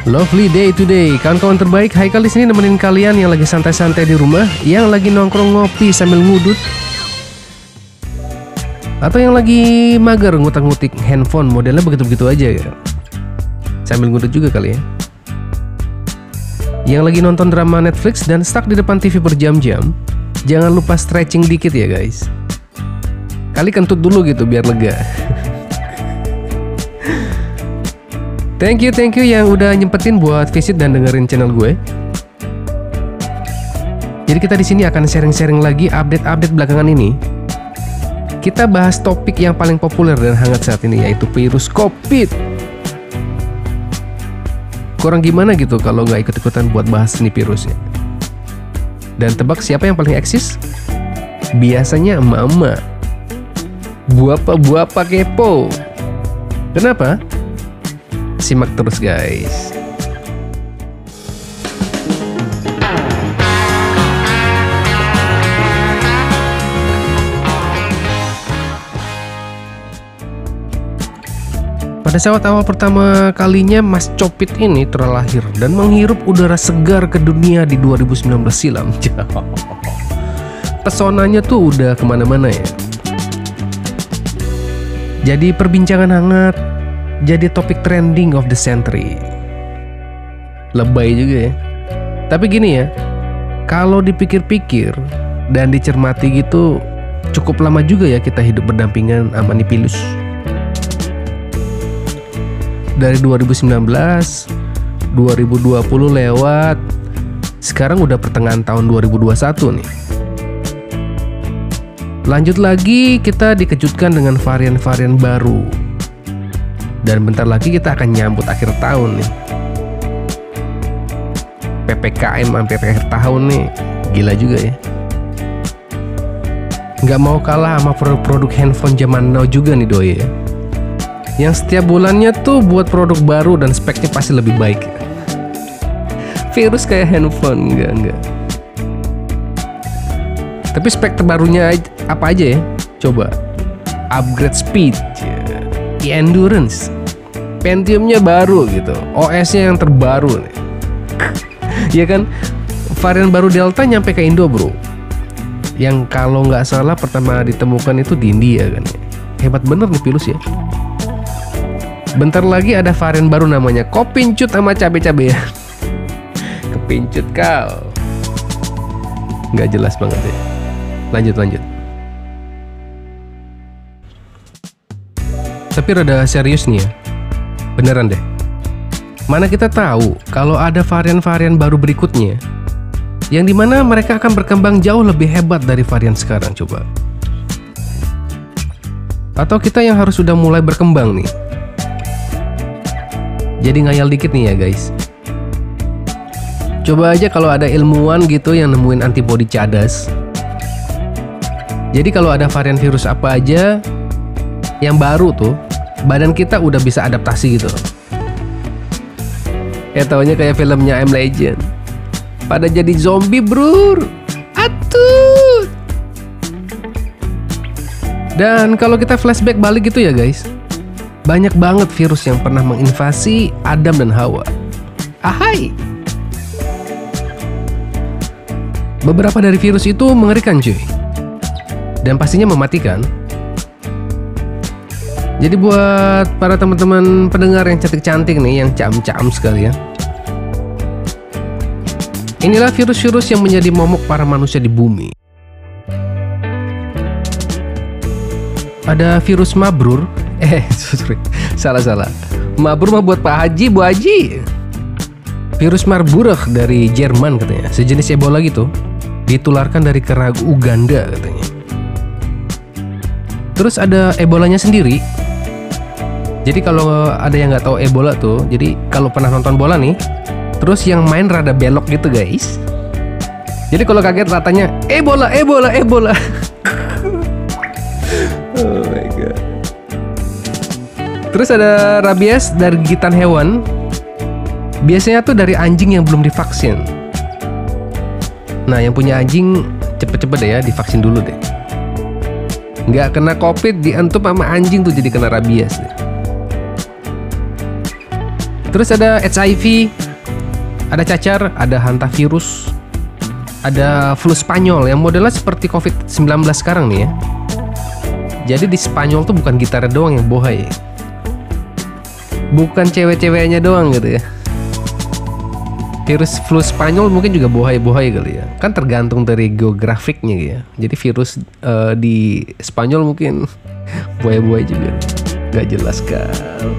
Lovely day today, kawan-kawan terbaik. Haikal di sini nemenin kalian yang lagi santai-santai di rumah, yang lagi nongkrong ngopi sambil ngudut, atau yang lagi mager ngutak-ngutik handphone modelnya begitu-begitu aja ya. Sambil ngudut juga kali ya. Yang lagi nonton drama Netflix dan stuck di depan TV berjam-jam, jangan lupa stretching dikit ya guys. Kali kentut dulu gitu biar lega. Thank you yang udah nyempetin buat visit dan dengerin channel gue. Jadi kita di sini akan sharing-sharing lagi update-update belakangan ini. Kita bahas topik yang paling populer dan hangat saat ini, yaitu virus COVID. Kurang gimana gitu kalau nggak ikut-ikutan buat bahas ini virus ya. Dan tebak siapa yang paling eksis? Biasanya emak-emak. Buapa kepo. Kenapa? Simak terus guys. Pada saat awal pertama kalinya Mas Copit ini terlahir dan menghirup udara segar ke dunia di 2019 silam. Pesonanya tuh udah kemana-mana ya. Jadi perbincangan hangat, jadi topik trending of the century. Lebay juga ya. Tapi gini ya, kalau dipikir-pikir dan dicermati gitu, cukup lama juga ya kita hidup berdampingan sama nih virus. Dari 2019, 2020 lewat, sekarang udah pertengahan tahun 2021 nih. Lanjut lagi, kita dikejutkan dengan varian-varian baru. Dan bentar lagi kita akan nyambut akhir tahun nih. PPKM sampai akhir tahun nih, gila juga ya. Nggak mau kalah sama produk handphone zaman now juga nih doi ya. Yang setiap bulannya tuh buat produk baru dan speknya pasti lebih baik. Virus kayak handphone, enggak. Tapi spek terbarunya apa aja ya? Coba. Upgrade speed, endurance, Pentiumnya baru gitu, OS-nya yang terbaru nih. Ya kan, varian baru Delta nyampe ke Indo bro. Yang kalau nggak salah pertama ditemukan itu di India kan. Hebat bener nih virus ya. Bentar lagi ada varian baru namanya Kopincut sama cabe-cabe ya. Kepincut kal. Nggak jelas banget ya. Lanjut. Tapi rada serius nih ya. Beneran deh. Mana kita tahu kalau ada varian-varian baru berikutnya, yang dimana mereka akan berkembang jauh lebih hebat dari varian sekarang coba. Atau kita yang harus sudah mulai berkembang nih. Jadi ngayal dikit nih ya guys. Coba aja kalau ada ilmuwan gitu yang nemuin antibodi cadas. Jadi kalau ada varian virus apa aja yang baru tuh, badan kita udah bisa adaptasi gitu. Ya taunya kayak filmnya I'm Legend. Pada jadi zombie bro. Atut. Dan kalau kita flashback balik gitu ya guys, banyak banget virus yang pernah menginvasi Adam dan Hawa. Ahai. Beberapa dari virus itu mengerikan cuy. Dan pastinya mematikan. Jadi buat para teman-teman pendengar yang cantik-cantik nih, yang cam-cam sekalian, inilah virus-virus yang menjadi momok para manusia di bumi. Ada virus Mabrur. Sorry, salah. Mabrur mah buat Pak Haji, Bu Haji. Virus Marburg dari Jerman katanya, sejenis Ebola gitu, ditularkan dari kera Uganda katanya. Terus ada Ebolanya sendiri. Jadi kalau ada yang nggak tahu Ebola tuh, jadi kalau pernah nonton bola nih, terus yang main rada belok gitu guys. Jadi kalau kaget ratanya Ebola. Oh my god. Terus ada rabies dari gigitan hewan. Biasanya tuh dari anjing yang belum divaksin. Nah yang punya anjing cepet-cepet deh ya divaksin dulu deh. Nggak kena COVID dientup sama anjing tuh jadi kena rabies deh. Terus ada HIV, ada cacar, ada hantavirus, ada flu Spanyol yang modelnya seperti COVID-19 sekarang nih ya. Jadi di Spanyol tuh bukan gitar doang yang bohai, bukan cewek-ceweknya doang gitu ya. Virus flu Spanyol mungkin juga bohai-bohai kali ya. Kan tergantung dari geografiknya ya. Jadi virus di Spanyol mungkin bohai-bohai juga. Gak jelas kan.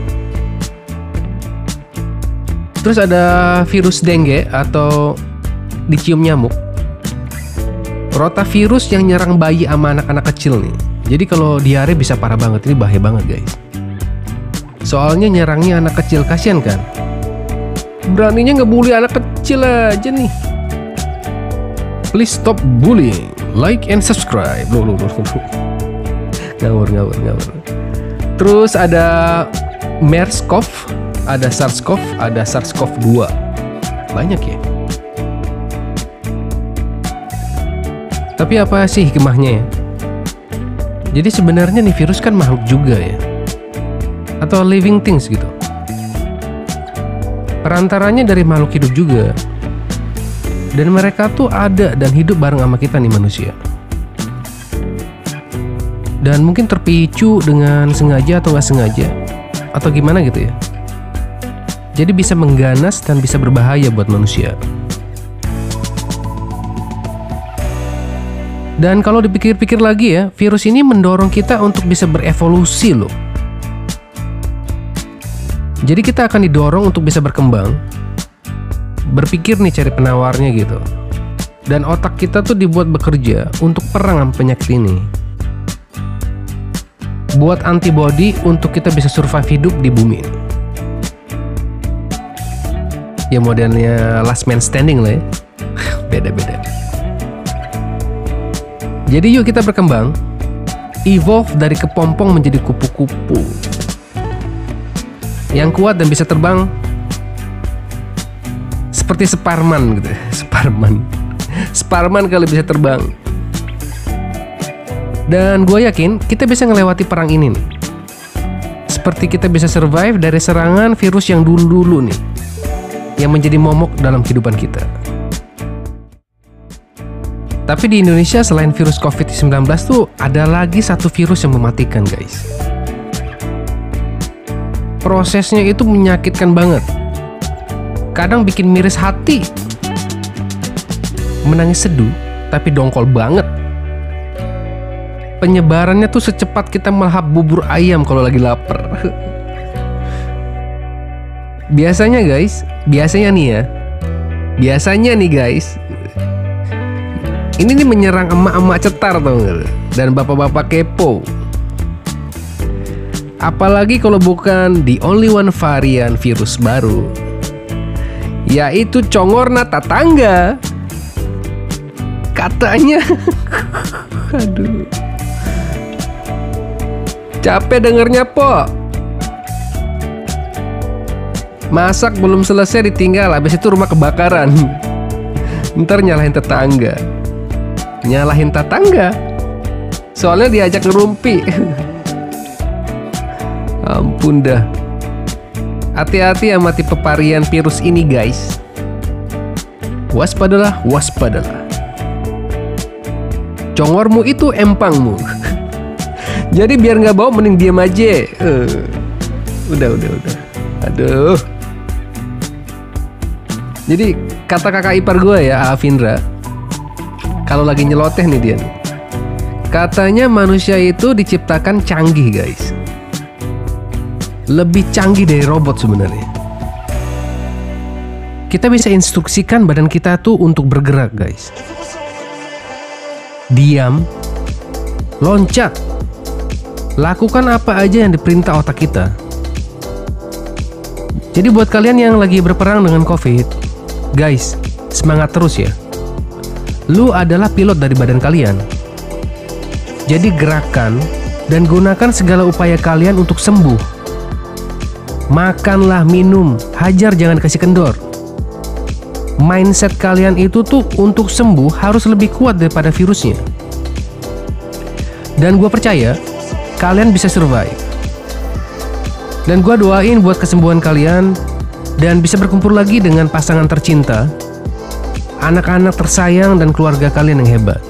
Terus ada virus dengue atau dicium nyamuk. Rotavirus yang nyerang bayi sama anak-anak kecil nih. Jadi kalau diare bisa parah banget, ini bahaya banget guys. Soalnya nyerangnya anak kecil, kasihan kan? Beraninya ngebully anak kecil aja nih. Please stop bullying. Like and subscribe. Loh. Ngawur. Terus ada MERS-CoV, ada SARS-CoV, ada SARS-CoV-2. Banyak ya. Tapi apa sih hikmahnya ya? Jadi sebenarnya nih virus kan makhluk juga ya, atau living things gitu. Perantaranya dari makhluk hidup juga. Dan mereka tuh ada dan hidup bareng sama kita nih manusia. Dan mungkin terpicu dengan sengaja atau nggak sengaja, atau gimana gitu ya. Jadi bisa mengganas dan bisa berbahaya buat manusia. Dan kalau dipikir-pikir lagi ya, virus ini mendorong kita untuk bisa berevolusi loh. Jadi kita akan didorong untuk bisa berkembang, berpikir nih cari penawarnya gitu. Dan otak kita tuh dibuat bekerja untuk perang sama penyakit ini. Buat antibody untuk kita bisa survive hidup di bumi ini. Ya modelnya last man standing lah ya. Beda-beda. Jadi yuk kita berkembang, evolve dari kepompong menjadi kupu-kupu yang kuat dan bisa terbang seperti Sparman gitu. Sparman kali bisa terbang. Dan gue yakin kita bisa ngelewati perang ini nih. Seperti kita bisa survive dari serangan virus yang dulu-dulu nih, yang menjadi momok dalam kehidupan kita. Tapi di Indonesia selain virus COVID-19 tuh ada lagi satu virus yang mematikan guys. Prosesnya itu menyakitkan banget. Kadang bikin miris hati. Menangis seduh, tapi dongkol banget. Penyebarannya tuh secepat kita melahap bubur ayam kalau lagi lapar. Biasanya nih guys, ini nih menyerang emak-emak cetar tau gak? Dan bapak-bapak kepo. Apalagi kalau bukan the only one varian virus baru, yaitu congorna tetangga. Katanya aduh, capek dengernya po. Masak belum selesai ditinggal, habis itu rumah kebakaran. Ntar nyalahin tetangga. Soalnya diajak ngerumpi. Ampun dah. Hati-hati sama tipe varian virus ini guys. Waspadalah. Congormu itu empangmu. Jadi biar nggak bau mending diam aja. Udah. Aduh. Jadi kata kakak ipar gue ya, Afindra, kalau lagi nyeloteh nih dia nih, katanya manusia itu diciptakan canggih guys. Lebih canggih dari robot sebenarnya. Kita bisa instruksikan badan kita tuh untuk bergerak guys. Diam, loncat, lakukan apa aja yang diperintah otak kita. Jadi buat kalian yang lagi berperang dengan COVID, guys, semangat terus ya. Lu adalah pilot dari badan kalian. Jadi gerakan dan gunakan segala upaya kalian untuk sembuh. Makanlah, minum, hajar jangan kasih kendor. Mindset kalian itu tuh untuk sembuh harus lebih kuat daripada virusnya. Dan gue percaya kalian bisa survive. Dan gue doain buat kesembuhan kalian dan bisa berkumpul lagi dengan pasangan tercinta, anak-anak tersayang, dan keluarga kalian yang hebat.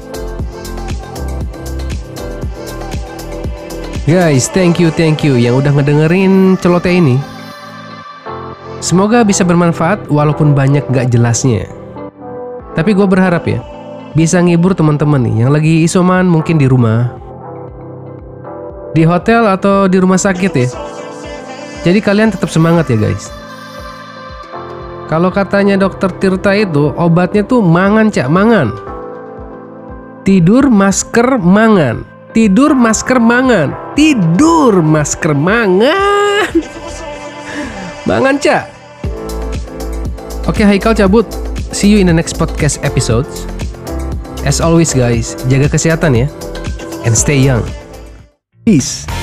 Guys, thank you yang udah ngedengerin celoteh ini. Semoga bisa bermanfaat walaupun banyak gak jelasnya. Tapi gue berharap ya, bisa ngibur teman-teman nih yang lagi isoman, mungkin di rumah, di hotel atau di rumah sakit ya. Jadi kalian tetap semangat ya guys. Kalau katanya dokter Tirta itu, obatnya tuh mangan cak, mangan. Tidur masker mangan. Tidur masker mangan. Tidur masker mangan. Mangan cak. Oke, Haikal cabut. See you in the next podcast episodes. As always guys, jaga kesehatan ya. And stay young. Peace.